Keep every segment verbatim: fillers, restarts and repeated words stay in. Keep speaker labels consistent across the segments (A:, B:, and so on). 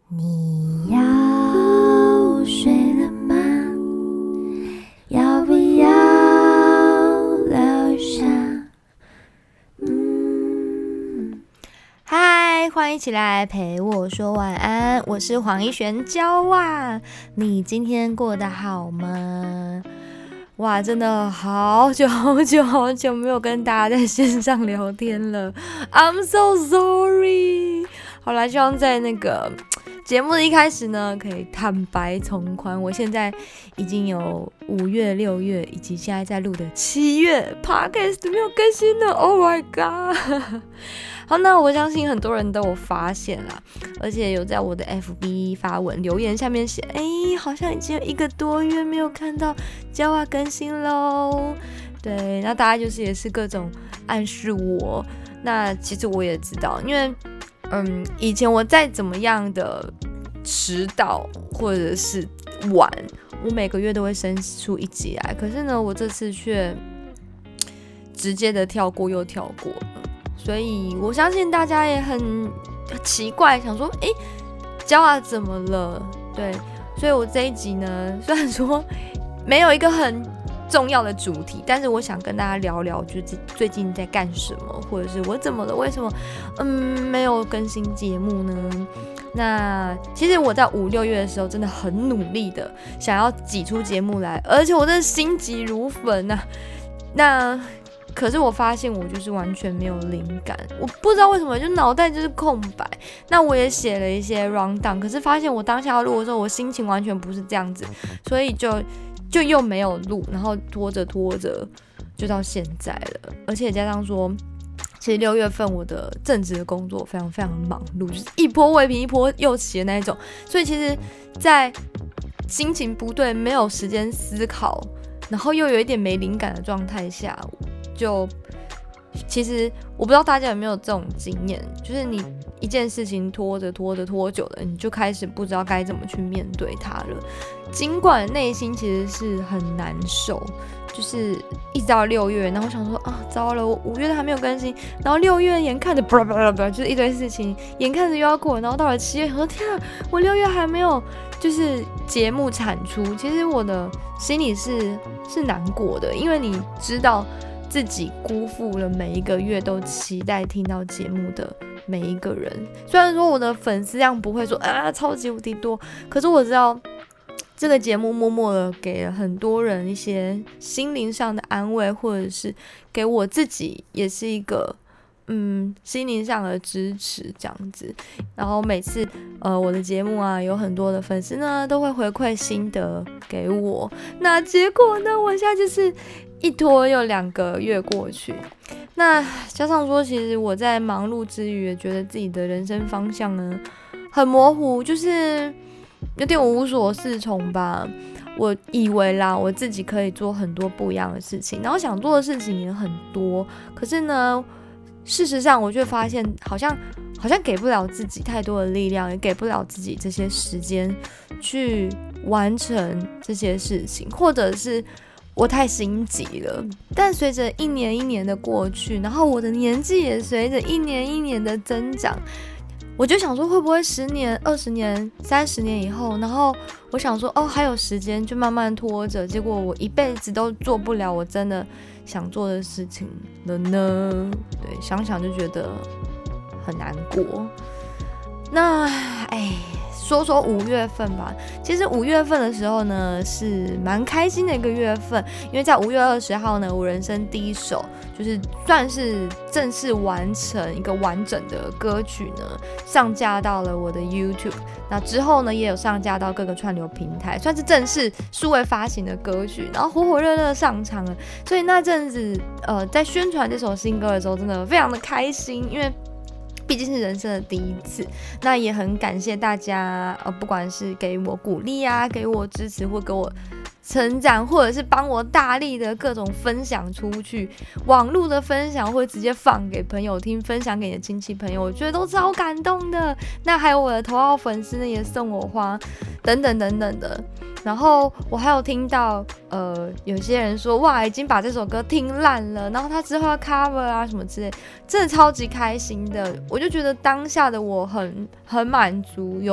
A: 你要睡了吗？要不要留下？嗯，嗨，欢迎起来陪我说晚安，我是黄一璇娇啊。你今天过得好吗？哇，真的好久好久好久没有跟大家在线上聊天了 ，I'm so sorry。好啦，希望在那个节目的一开始呢，可以坦白从宽。我现在已经有五月、六月，以及现在在录的七月 ，Podcast 没有更新了 ，Oh my god！ 好，那我相信很多人都有发现啦，而且有在我的 F B 发文留言下面写，哎，好像已经有一个多月没有看到娇啊更新喽。对，那大家就是也是各种暗示我，那其实我也知道，因为嗯，以前我再怎么样的迟到或者是晚，我每个月都会生出一集来，可是呢，我这次却直接的跳过又跳过了。所以我相信大家也很奇怪，想说，诶，娇啊怎么了？对，所以我这一集呢，虽然说没有一个很重要的主题，但是我想跟大家聊聊，就是最近在干什么，或者是我怎么了，为什么嗯没有更新节目呢？那其实我在五六月的时候真的很努力的想要挤出节目来，而且我真的心急如焚啊。那可是我发现我就是完全没有灵感，我不知道为什么，就脑袋就是空白。那我也写了一些 round down， 可是发现我当下要录的时候，我心情完全不是这样子，所以就就又没有录，然后拖着拖着就到现在了。而且加上说，其实六月份我的正职的工作非常非常忙碌，就是一波未平一波又起的那一种，所以其实在心情不对、没有时间思考，然后又有一点没灵感的状态下，就其实我不知道大家有没有这种经验，就是你一件事情拖着拖着拖久了，你就开始不知道该怎么去面对它了。尽管内心其实是很难受，就是一直到六月，然后我想说啊，糟了，我五月都还没有更新，然后六月眼看着不不不，就是一堆事情，眼看着又要过，然后到了七月，我说天啊，我六月还没有就是节目产出，其实我的心里是是难过的，因为你知道自己辜负了每一个月都期待听到节目的每一个人。虽然说我的粉丝量不会说啊超级无敌多，可是我知道这个节目默默的给了很多人一些心灵上的安慰，或者是给我自己也是一个嗯心灵上的支持这样子。然后每次呃我的节目啊，有很多的粉丝呢都会回馈心得给我，那结果呢，我现在就是一拖又两个月过去，那加上说，其实我在忙碌之余，也觉得自己的人生方向呢很模糊，就是有点无所适从吧。我以为啦，我自己可以做很多不一样的事情，然后想做的事情也很多，可是呢，事实上我就发现，好像好像给不了自己太多的力量，也给不了自己这些时间去完成这些事情，或者是我太心急了。但随着一年一年的过去，然后我的年纪也随着一年一年的增长，我就想说会不会十年、二十年、三十年以后，然后我想说哦还有时间，就慢慢拖着，结果我一辈子都做不了我真的想做的事情了呢？对，想想就觉得很难过。那哎。说说五月份吧，其实五月份的时候呢是蛮开心的一个月份，因为在五月二十号呢，我人生第一首就是算是正式完成一个完整的歌曲呢，上架到了我的 YouTube， 那之后呢也有上架到各个串流平台，算是正式数位发行的歌曲，然后火火热热上场了，所以那阵子呃在宣传这首新歌的时候，真的非常的开心，因为毕竟是人生的第一次，那也很感谢大家，呃，不管是给我鼓励啊，给我支持，或给我成长，或者是帮我大力的各种分享出去，网络的分享会直接放给朋友听，分享给你的亲戚朋友，我觉得都超感动的。那还有我的头号粉丝呢，也送我花，等等等等的。然后我还有听到，呃，有些人说，哇，已经把这首歌听烂了，然后他之后要 cover 啊什么之类，真的超级开心的。我就觉得当下的我很很满足，有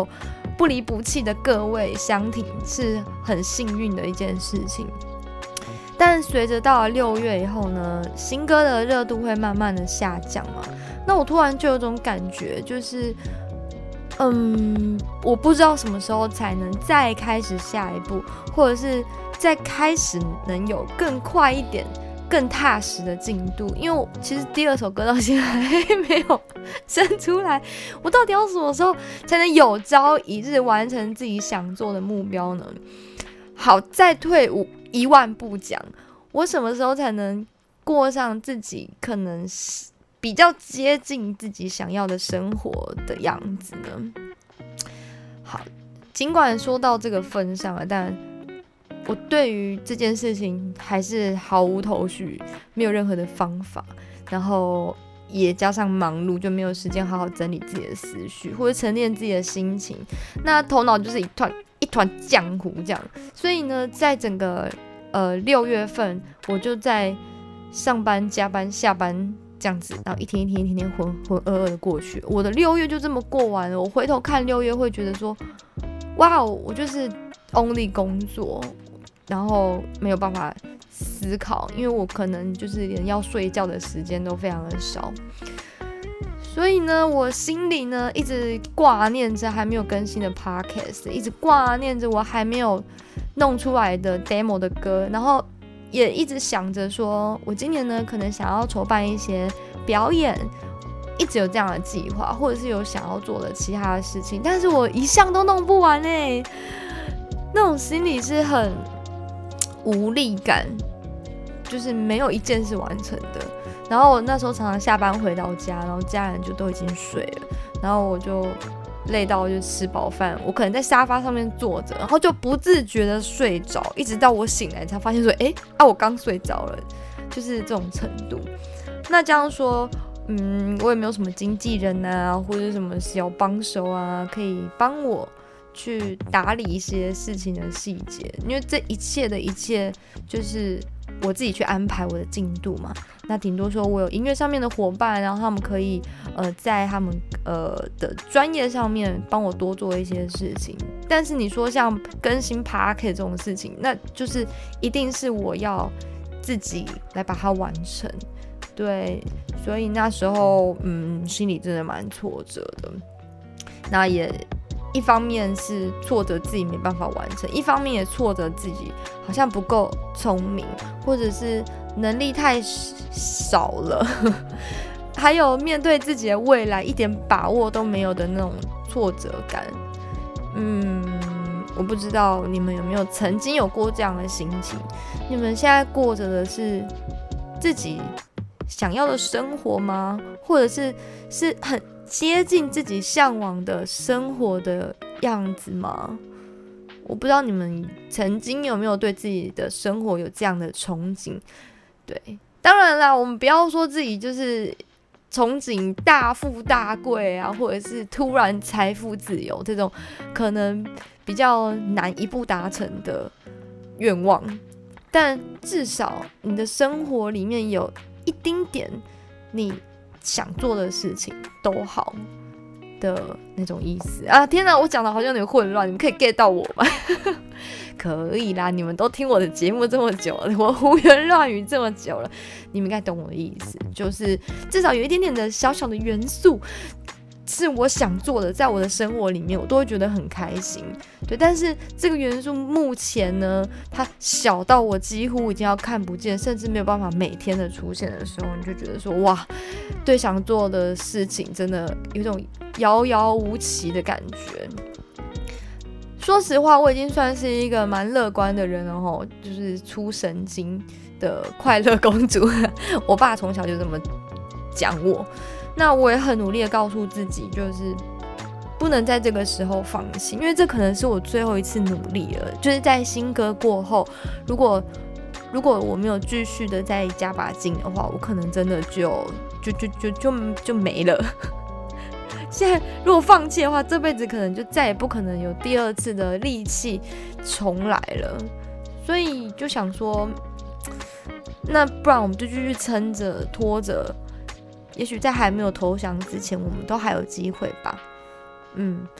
A: 不离不弃的各位相挺是很幸运的一件事情。但随着到了六月以后呢，新歌的热度会慢慢的下降嘛，那我突然就有种感觉，就是嗯，我不知道什么时候才能再开始下一步，或者是再开始能有更快一点更踏实的进度，因为我其实第二首歌到现在还没有生出来，我到底要什么时候才能有朝一日完成自己想做的目标呢？好，再退五一万步讲，我什么时候才能过上自己可能比较接近自己想要的生活的样子呢？好，尽管说到这个份上了，但我对于这件事情还是毫无头绪，没有任何的方法，然后也加上忙碌，就没有时间好好整理自己的思绪或者沉淀自己的心情，那头脑就是一团一团浆糊这样。所以呢，在整个呃六月份，我就在上班、加班、下班这样子，然后一天一天一天天浑浑噩噩的过去，我的六月就这么过完了。我回头看六月，会觉得说，哇，我就是 only 工作。然后没有办法思考，因为我可能就是连要睡觉的时间都非常的少，所以呢，我心里呢一直挂念着还没有更新的 podcast， 一直挂念着我还没有弄出来的 demo 的歌，然后也一直想着说，我今年呢可能想要筹办一些表演，一直有这样的计划，或者是有想要做的其他的事情，但是我一项都弄不完欸，那种心里是很无力感，就是没有一件是完成的。然后我那时候常常下班回到家，然后家人就都已经睡了，然后我就累到就吃饱饭，我可能在沙发上面坐着，然后就不自觉的睡着，一直到我醒来才发现说，哎啊，我刚睡着了，就是这种程度。那这样说，嗯，我也没有什么经纪人啊，或者什么小帮手啊，可以帮我去打理一些事情的细节，因为这一切的一切就是我自己去安排我的进度嘛。那顶多说我有音乐上面的伙伴，然后他们可以呃在他们呃的专业上面帮我多做一些事情。但是你说像更新 podcast 这种事情，那就是一定是我要自己来把它完成。对，所以那时候嗯心里真的蛮挫折的。那也一方面是挫折自己没办法完成，一方面也挫折自己好像不够聪明，或者是能力太少了还有面对自己的未来一点把握都没有的那种挫折感。嗯，我不知道你们有没有曾经有过这样的心情，你们现在过着的是自己想要的生活吗？或者是是很接近自己向往的生活的样子吗？我不知道你们曾经有没有对自己的生活有这样的憧憬。对，当然啦，我们不要说自己就是憧憬大富大贵啊，或者是突然财富自由这种可能比较难一步达成的愿望，但至少你的生活里面有一丁点你想做的事情都好的那种意思啊！天哪，我讲的好像有点混乱，你们可以 get 到我吗？可以啦，你们都听我的节目这么久了，我胡言乱语这么久了，你们应该懂我的意思，就是至少有一点点的小小的元素是我想做的，在我的生活里面我都会觉得很开心。对，但是这个元素目前呢，它小到我几乎已经要看不见，甚至没有办法每天的出现的时候，你就觉得说，哇，对想做的事情真的有种遥遥无期的感觉。说实话，我已经算是一个蛮乐观的人了齁，就是出神经的快乐公主。我爸从小就这么讲我，那我也很努力的告诉自己，就是不能在这个时候放弃，因为这可能是我最后一次努力了。就是在新歌过后，如果如果我没有继续的再加把劲的话，我可能真的就就就就就就没了。现在如果放弃的话，这辈子可能就再也不可能有第二次的力气重来了。所以就想说，那不然我们就继续撑着拖着，也许在还没有投降之前，我们都还有机会吧。嗯，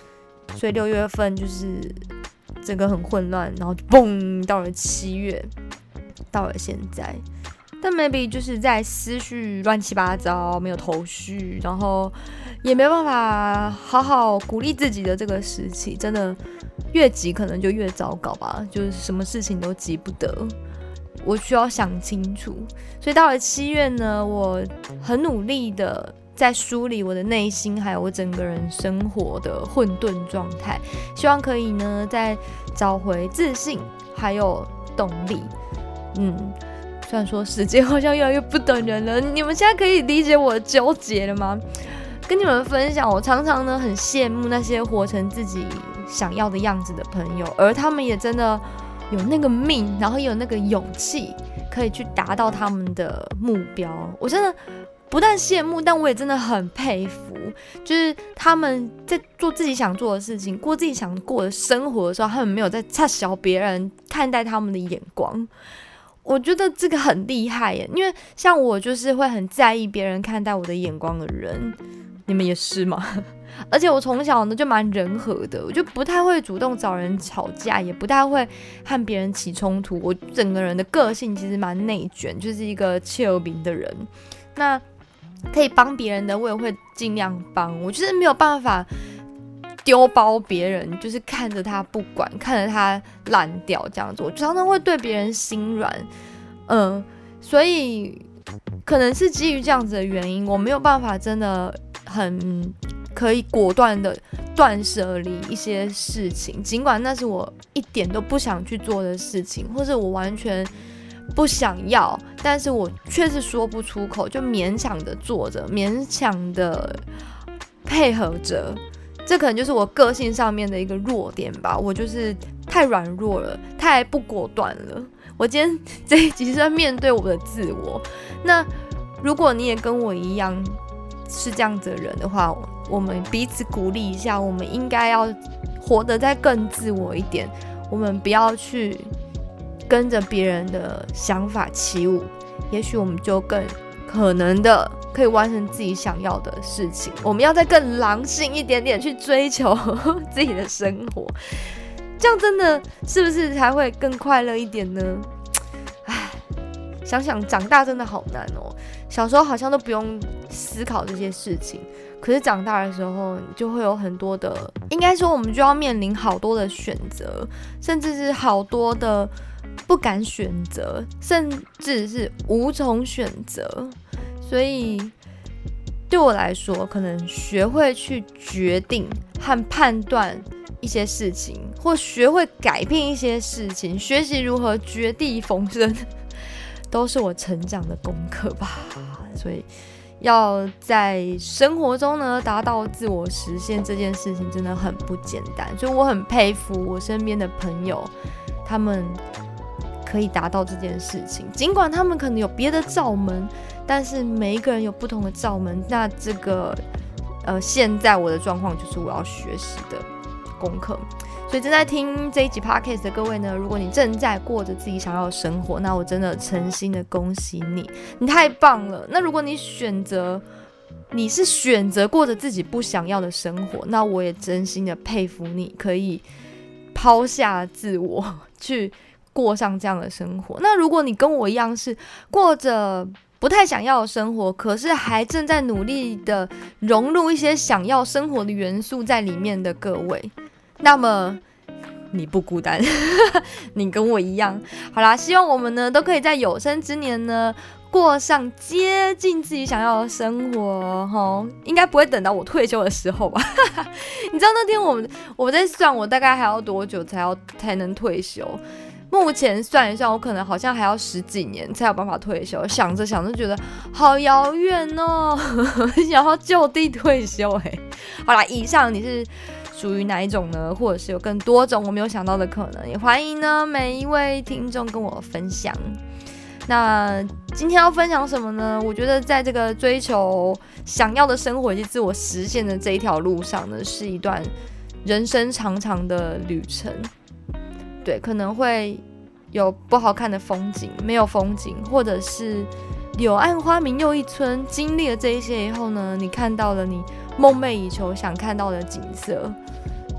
A: 所以六月份就是整个很混乱，然后就嘣到了七月，到了现在。但 maybe 就是在思绪乱七八糟，没有头绪，然后也没办法好好鼓励自己的这个时期，真的越急可能就越糟糕吧，就是什么事情都急不得，我需要想清楚。所以到了七月呢，我很努力的在梳理我的内心，还有我整个人生活的混沌状态，希望可以呢再找回自信还有动力。嗯。虽然说时间好像越来越不等人了，你们现在可以理解我的纠结了吗？跟你们分享，我常常呢很羡慕那些活成自己想要的样子的朋友，而他们也真的有那个命，然后也有那个勇气，可以去达到他们的目标。我真的不但羡慕，但我也真的很佩服，就是他们在做自己想做的事情，过自己想过的生活的时候，他们没有在差小别人看待他们的眼光。我觉得这个很厉害耶，因为像我就是会很在意别人看待我的眼光的人，你们也是吗？而且我从小呢就蛮人和的，我就不太会主动找人吵架，也不太会和别人起冲突。我整个人的个性其实蛮内卷，就是一个气儿饼的人。那可以帮别人的，我也会尽量帮。我就是没有办法丢包别人，就是看着他不管，看着他烂掉这样子，我常常会对别人心软，嗯，所以可能是基于这样子的原因，我没有办法真的很可以果断的断舍离一些事情，尽管那是我一点都不想去做的事情，或是我完全不想要，但是我却是说不出口，就勉强的做着，勉强的配合着。这可能就是我个性上面的一个弱点吧，我就是太软弱了，太不果断了。我今天这一集是在面对我的自我。那如果你也跟我一样是这样子的人的话，我们彼此鼓励一下，我们应该要活得再更自我一点，我们不要去跟着别人的想法起舞，也许我们就更可能的可以完成自己想要的事情。我们要再更狼性一点点去追求自己的生活，这样真的是不是才会更快乐一点呢？唉，想想长大真的好难哦。小时候好像都不用思考这些事情，可是长大的时候你就会有很多的，应该说我们就要面临好多的选择，甚至是好多的不敢选择，甚至是无从选择。所以对我来说，可能学会去决定和判断一些事情，或学会改变一些事情，学习如何绝地逢生，都是我成长的功课吧。所以要在生活中呢达到自我实现这件事情真的很不简单，所以我很佩服我身边的朋友，他们可以达到这件事情，尽管他们可能有别的罩门，但是每一个人有不同的罩门。那这个呃，现在我的状况就是我要学习的功课。所以正在听这一集 podcast 的各位呢，如果你正在过着自己想要的生活，那我真的诚心的恭喜你，你太棒了。那如果你选择你是选择过着自己不想要的生活，那我也真心的佩服你，可以抛下自我去过上这样的生活。那如果你跟我一样是过着不太想要的生活，可是还正在努力的融入一些想要生活的元素在里面的各位，那么你不孤单你跟我一样。好啦，希望我们呢都可以在有生之年呢过上接近自己想要的生活齁，应该不会等到我退休的时候吧你知道那天我我在算我大概还要多久才要才能退休，目前算一算我可能好像还要十几年才有办法退休，想着想着觉得好遥远哦想要就地退休欸。好啦，以上你是属于哪一种呢？或者是有更多种我没有想到的可能，也欢迎呢每一位听众跟我分享。那今天要分享什么呢？我觉得在这个追求想要的生活以及自我实现的这一条路上呢，是一段人生长长的旅程。对，可能会有不好看的风景，没有风景，或者是柳暗花明又一村。经历了这一些以后呢，你看到了你梦寐以求想看到的景色，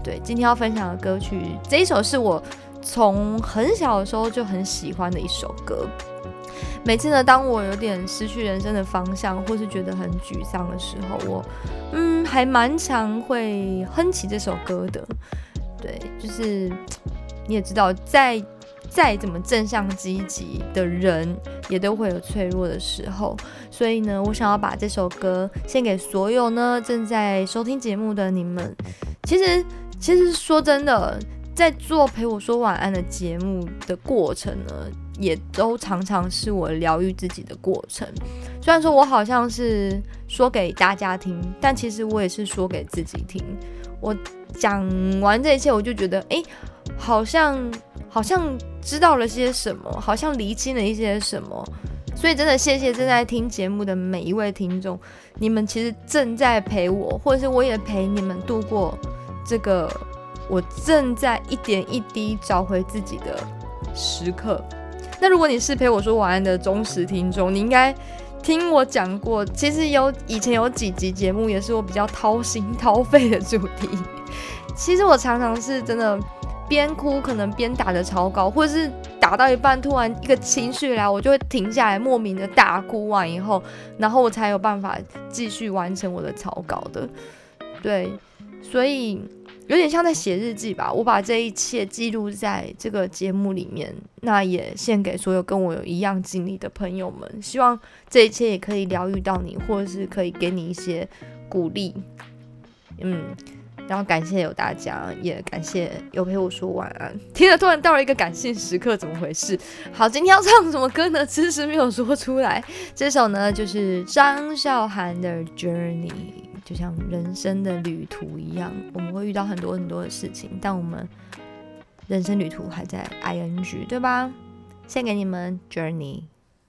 A: 对，今天要分享的歌曲，这一首是我从很小的时候就很喜欢的一首歌。每次呢，当我有点失去人生的方向，或是觉得很沮丧的时候，我嗯还蛮常会哼起这首歌的。对，就是你也知道，在再怎么正向积极的人，也都会有脆弱的时候。所以呢，我想要把这首歌献给所有呢正在收听节目的你们。其实，其实说真的，在做陪我说晚安的节目的过程呢，也都常常是我疗愈自己的过程。虽然说我好像是说给大家听，但其实我也是说给自己听。我讲完这一切，我就觉得，哎，好像好像知道了些什么，好像厘清了一些什么。所以真的谢谢正在听节目的每一位听众，你们其实正在陪我，或者是我也陪你们度过这个我正在一点一滴找回自己的时刻。那如果你是陪我说晚安的忠实听众，你应该听我讲过，其实有以前有几集节目也是我比较掏心掏肺的主题。其实我常常是真的边哭，可能边打着草稿，或者是打到一半突然一个情绪来，我就会停下来莫名的大哭完以后，然后我才有办法继续完成我的草稿的。对，所以有点像在写日记吧，我把这一切记录在这个节目里面，那也献给所有跟我有一样经历的朋友们，希望这一切也可以疗愈到你，或者是可以给你一些鼓励。嗯，然后感谢有大家，也感谢有陪我说晚安。听了突然到了一个感性时刻，怎么回事？好，今天要唱什么歌呢？迟迟没有说出来。这首呢就是张韶涵的 Journey。就像人生的旅途一样，我们会遇到很多很多的事情，但我们人生旅途还在 I N G， 对吧？献给你们 Journey。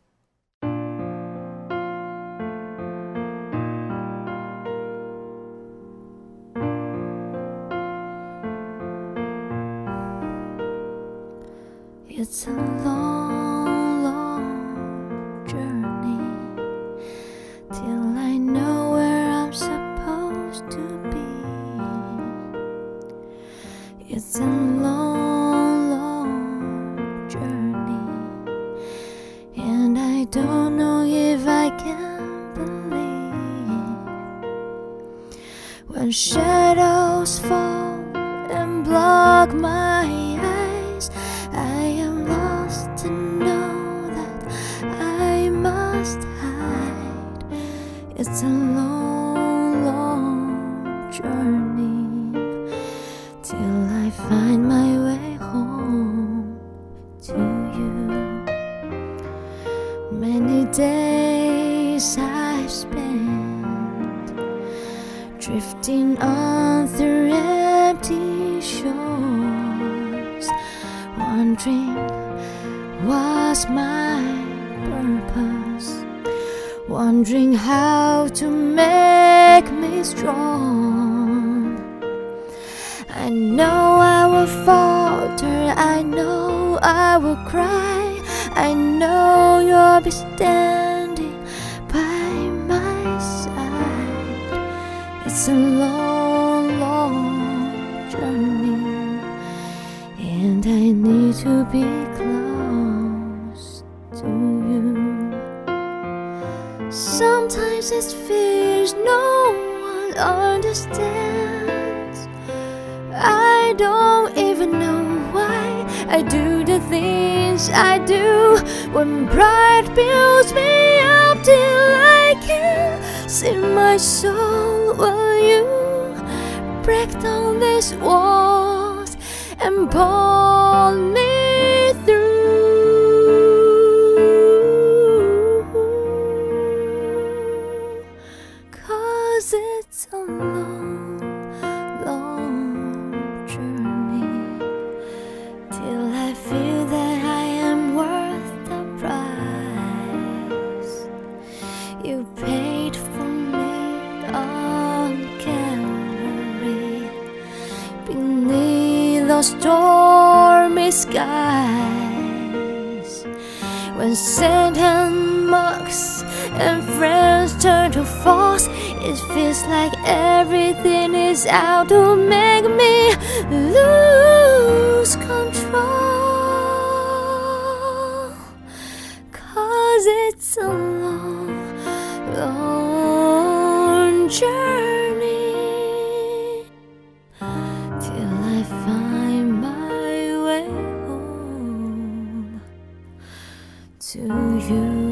B: It's a long, long journey till I know where I'm supposed to be. It's a long, long journey, and I don't know if I can believe when shadows fall and block my eyes. I am lost to know that I must hide. It's a long, long journey till I find my way home to you. Many days I've spent drifting on through empty shores, wondering what's my purpose, wondering how to make me strong. I know I will falter, I know I will cry, I know you'll be standing by my side. It's a long, long journey, and I need to be close to you. Sometimes it feels no one understands. I don't even know why I do the things I do. When pride builds me up till I can't see my soul, will you break down these walls and pull me through? 'Cause it's a long, long journey till I feel that I am worth the price you paid for me on Calvary. Beneath those stormy skies, when Satan mocks and friends turn to false. It feels like everything is out to make me lose control. Cause it's a long, long journey till I find my way home to you.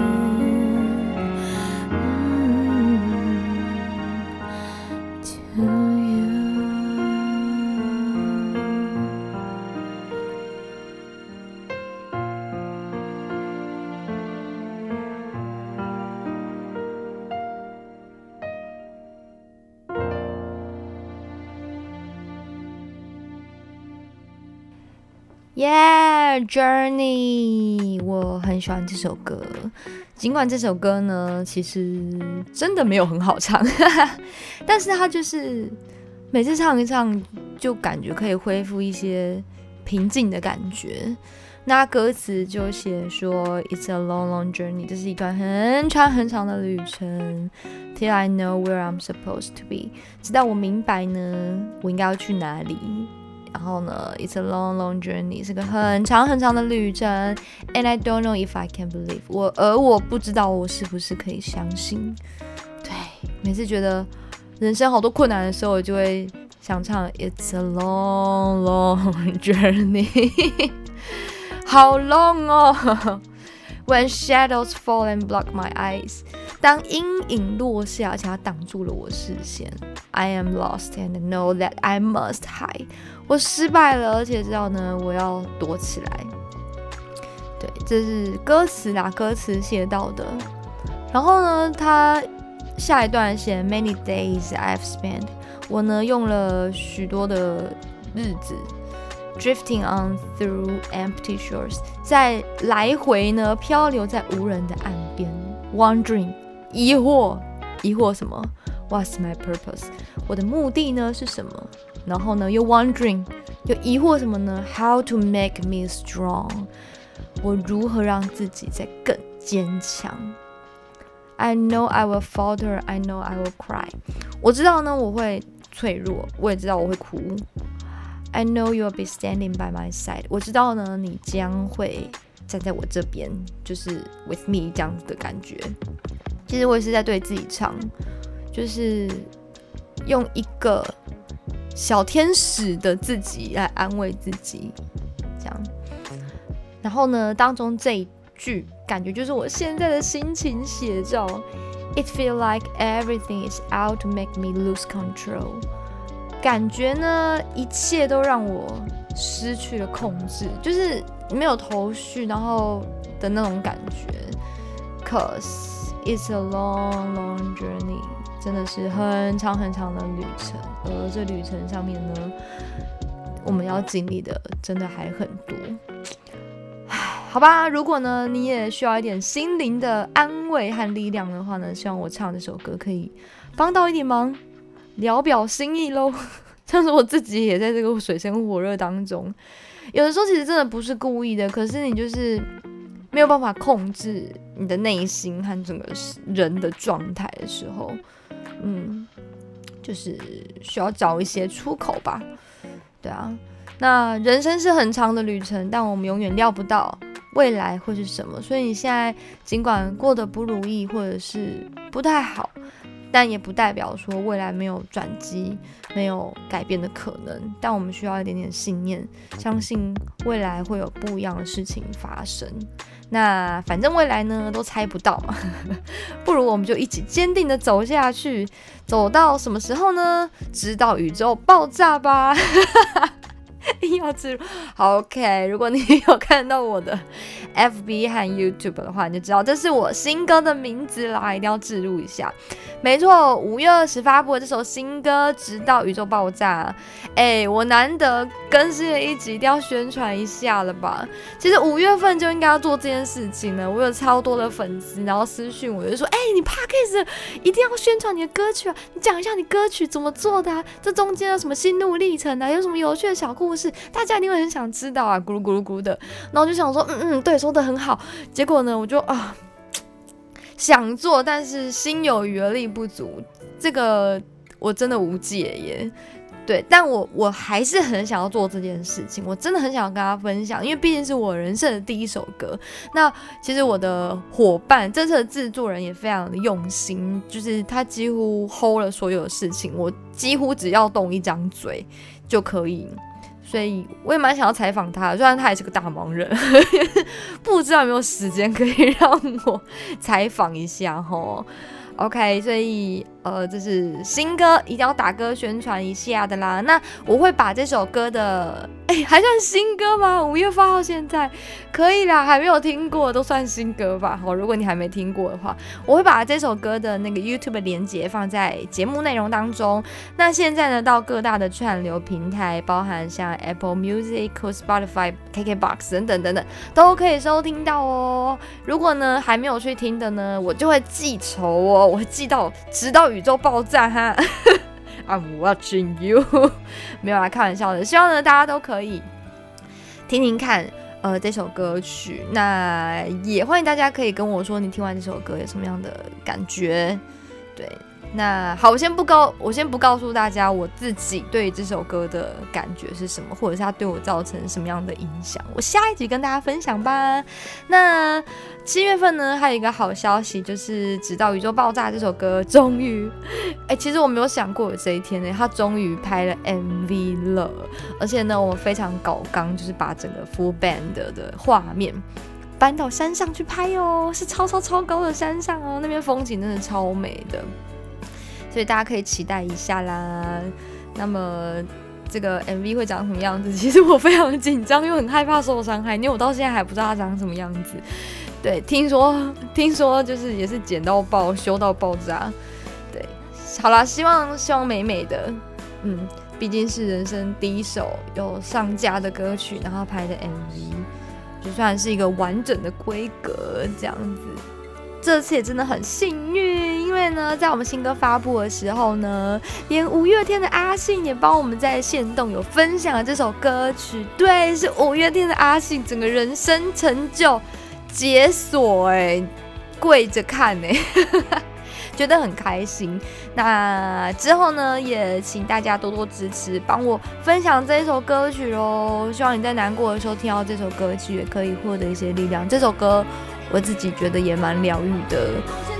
A: Yeah, Journey， 我很喜欢这首歌。尽管这首歌呢，其实真的没有很好唱，但是它就是每次唱一唱，就感觉可以恢复一些平静的感觉。那歌词就写说 It's a long, long journey， 这是一段很长很长的旅程。Till I know where I'm supposed to be， 直到我明白呢，我应该要去哪里。然后呢 It's a long, long journey， 是个很长很长的旅程。And I don't know if I can believe， 我而我不知道我是不是可以相信。对，每次觉得人生好多困难的时候，我就会想唱 It's a long, long journey 好 long 哦。When shadows fall and block my eyes， 当阴影落下，而且它挡住了我视线。I am lost and know that I must hide， 我失败了，而且知道呢，我要躲起来。对，这是歌词啦，歌词写到的。然后呢，他下一段写 Many days I've spent， 我呢用了许多的日子。Drifting on through empty shores， 在来回呢漂流在无人的岸边。Wondering， 疑惑，疑惑什么 ？What's my purpose？ 我的目的呢是什么？然后呢又 wondering， 又疑惑什么呢 ？How to make me strong？ 我如何让自己再更坚强 ？I know I will falter, I know I will cry。我知道呢我会脆弱，我也知道我会哭。I know you'll be standing by my side， 我知道呢你将会站在我这边，就是 with me 这样子的感觉。其实我也是在对自己唱，就是用一个小天使的自己来安慰自己，这样。然后呢，当中这一句感觉就是我现在的心情写照。It feels like everything is out to make me lose control。感觉呢，一切都让我失去了控制，就是没有头绪，然后的那种感觉。Cause it's a long, long journey， 真的是很长很长的旅程，而这旅程上面呢，我们要经历的真的还很多。好吧，如果呢你也需要一点心灵的安慰和力量的话呢，希望我唱这首歌可以帮到一点忙。聊表心意咯，像是我自己也在这个水深火热当中，有的时候其实真的不是故意的，可是你就是没有办法控制你的内心和整个人的状态的时候，嗯，就是需要找一些出口吧。对啊，那人生是很长的旅程，但我们永远料不到未来会是什么，所以你现在尽管过得不如意或者是不太好，但也不代表说未来没有转机，没有改变的可能。但我们需要一点点信念，相信未来会有不一样的事情发生。那反正未来呢都猜不到嘛，不如我们就一起坚定的走下去，走到什么时候呢？直到宇宙爆炸吧。硬要植入，好 OK。如果你有看到我的 F B 和 YouTube 的话，你就知道这是我新歌的名字啦，一定要置入一下。没错，五月二十发布的这首新歌《直到宇宙爆炸》，哎，我难得更新了一集，一定要宣传一下了吧？其实五月份就应该要做这件事情了。我有超多的粉丝，然后私讯我就说，哎，你 Podcast 一定要宣传你的歌曲啊，你讲一下你歌曲怎么做的啊，这中间有什么心路历程啊，有什么有趣的小故事，大家一定会很想知道啊，咕噜咕噜咕的。然后我就想说，嗯嗯，对，说得很好。结果呢，我就啊。 想做，但是心有余而力不足，这个我真的无解耶。对，但我我还是很想要做这件事情，我真的很想要跟他分享，因为毕竟是我人生的第一首歌。那其实我的伙伴，这次的制作人也非常的用心，就是他几乎 hold 了所有的事情，我几乎只要动一张嘴就可以。所以我也蛮想要采访他的，虽然他也是个大忙人，不知道有没有时间可以让我采访一下齁。OK， 所以呃，这是新歌，一定要打歌宣传一下的啦。那我会把这首歌的，哎，还算新歌吗？五月八号现在可以啦，还没有听过都算新歌吧。好，如果你还没听过的话，我会把这首歌的那个 YouTube 的连结放在节目内容当中。那现在呢，到各大的串流平台，包含像 Apple Music、Spotify、K K Box 等等等等，都可以收听到哦。如果呢还没有去听的呢，我就会记仇哦。我会记到直到宇宙爆炸哈I'm watching you 没有啦，开玩笑的。希望呢大家都可以听听看呃这首歌曲，那也欢迎大家可以跟我说你听完这首歌有什么样的感觉。对，那好，我先不告我先不告诉大家我自己对这首歌的感觉是什么，或者是它对我造成什么样的影响，我下一集跟大家分享吧。那七月份呢，还有一个好消息，就是《直到宇宙爆炸》这首歌终于，哎，其实我没有想过有这一天呢，它终于拍了 M V 了，而且呢，我们非常搞刚，就是把整个 full band 的画面搬到山上去拍哦，是超超超高的山上哦，那边风景真的超美的。所以大家可以期待一下啦。那么这个 M V 会长什么样子？其实我非常紧张，又很害怕受伤害，因为我到现在还不知道它长什么样子。对，听说听说就是也是剪到爆，修到爆炸。对，好啦，希望希望美美的，嗯，毕竟是人生第一首有上架的歌曲，然后拍的 M V， 就算是一个完整的规格这样子。这次也真的很幸运，因为呢，在我们新歌发布的时候呢，连五月天的阿信也帮我们在限动有分享了这首歌曲。对，是五月天的阿信，整个人生成就解锁哎、欸，跪着看哎、欸，觉得很开心。那之后呢，也请大家多多支持，帮我分享这一首歌曲咯。希望你在难过的时候听到这首歌曲，也可以获得一些力量。这首歌我自己觉得也蛮疗愈的。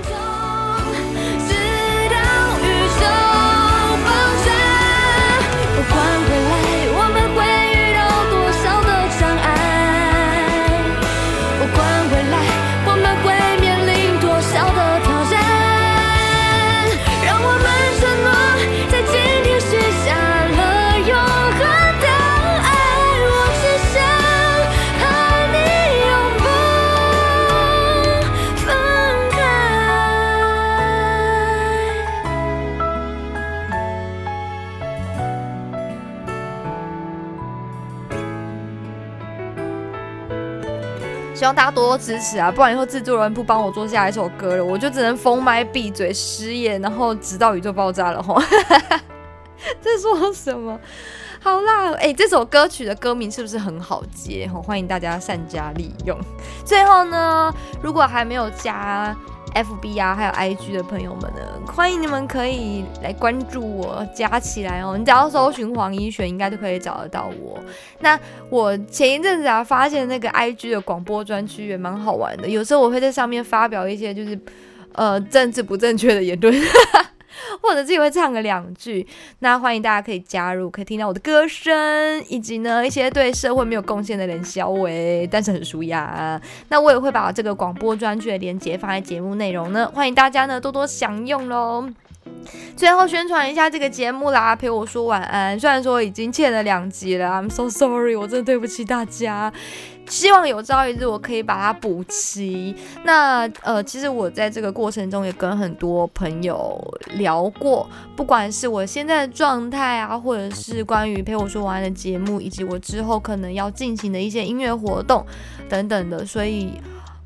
A: 希望大家多多支持啊，不然以后制作人不帮我做下一首歌了，我就只能封麦闭嘴失业，然后直到宇宙爆炸了吼。在说什么？好啦，哎、欸，这首歌曲的歌名是不是很好接？欢迎大家善加利用。最后呢，如果还没有加F B 啊，还有 I G 的朋友们呢，欢迎你们可以来关注我，加起来哦。你只要搜寻黄一璇，应该都可以找得到我。那我前一阵子啊，发现那个 I G 的广播专区也蛮好玩的，有时候我会在上面发表一些就是呃政治不正确的言论。或者自己会唱个两句，那欢迎大家可以加入，可以听到我的歌声，以及呢一些对社会没有贡献的人消微，但是很舒压。那我也会把这个广播专区的连结放在节目内容呢，欢迎大家呢多多享用咯。最后宣传一下这个节目啦，陪我说晚安。虽然说已经欠了两集了 ，I'm so sorry， 我真的对不起大家。希望有朝一日我可以把它补齐。那呃，其实我在这个过程中也跟很多朋友聊过，不管是我现在的状态啊，或者是关于陪我说晚安的节目，以及我之后可能要进行的一些音乐活动等等的，所以。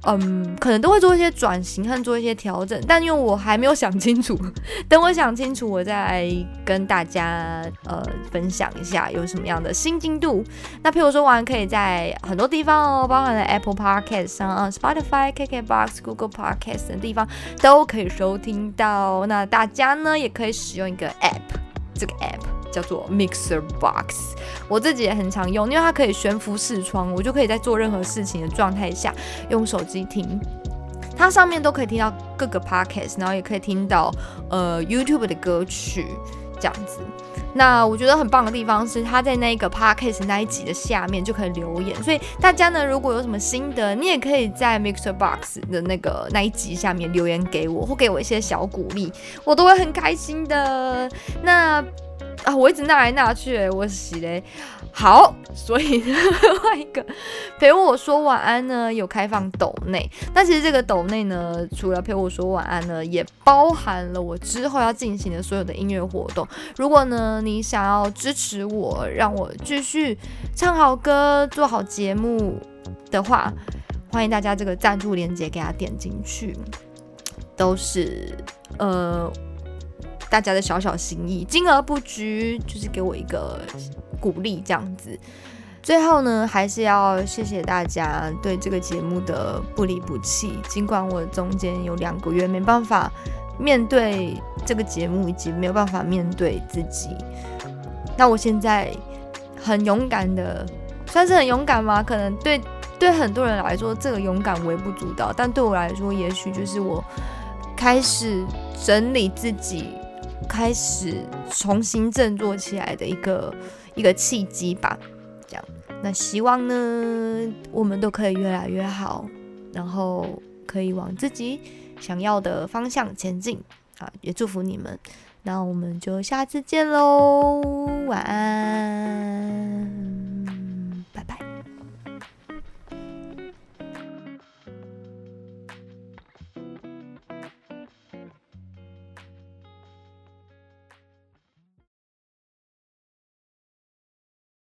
A: 嗯，可能都会做一些转型和做一些调整，但因为我还没有想清楚，等我想清楚，我再跟大家呃分享一下有什么样的新进度。那譬如说，我可以在很多地方哦，包含了 Apple Podcast 上、Spotify、K K Box、Google Podcast 等地方都可以收听到。那大家呢也可以使用一个 App， 这个 App。叫做 Mixer Box， 我自己也很常用，因为它可以悬浮视窗，我就可以在做任何事情的状态下用手机听。它上面都可以听到各个 podcast， 然后也可以听到呃 YouTube 的歌曲这样子。那我觉得很棒的地方是，它在那个 podcast 那一集的下面就可以留言，所以大家呢如果有什么心得，你也可以在 Mixer Box 的那个那一集下面留言给我，或给我一些小鼓励，我都会很开心的。那啊，我一直纳来纳去，我洗嘞。好，所以另外一个陪我说晚安呢，有开放抖内。那其实这个抖内呢，除了陪我说晚安呢，也包含了我之后要进行的所有的音乐活动。如果呢你想要支持我，让我继续唱好歌、做好节目的话，欢迎大家这个赞助链接给它点进去，都是呃。大家的小小心意，金额不拘，就是给我一个鼓励这样子。最后呢，还是要谢谢大家对这个节目的不离不弃，尽管我中间有两个月没办法面对这个节目，以及没有办法面对自己。那我现在很勇敢的，算是很勇敢吗？可能对对很多人来说，这个勇敢微不足道，但对我来说，也许就是我开始整理自己。开始重新振作起来的一个一个契机吧，这样。那希望呢，我们都可以越来越好，然后可以往自己想要的方向前进啊！也祝福你们。那我们就下次见喽，晚安。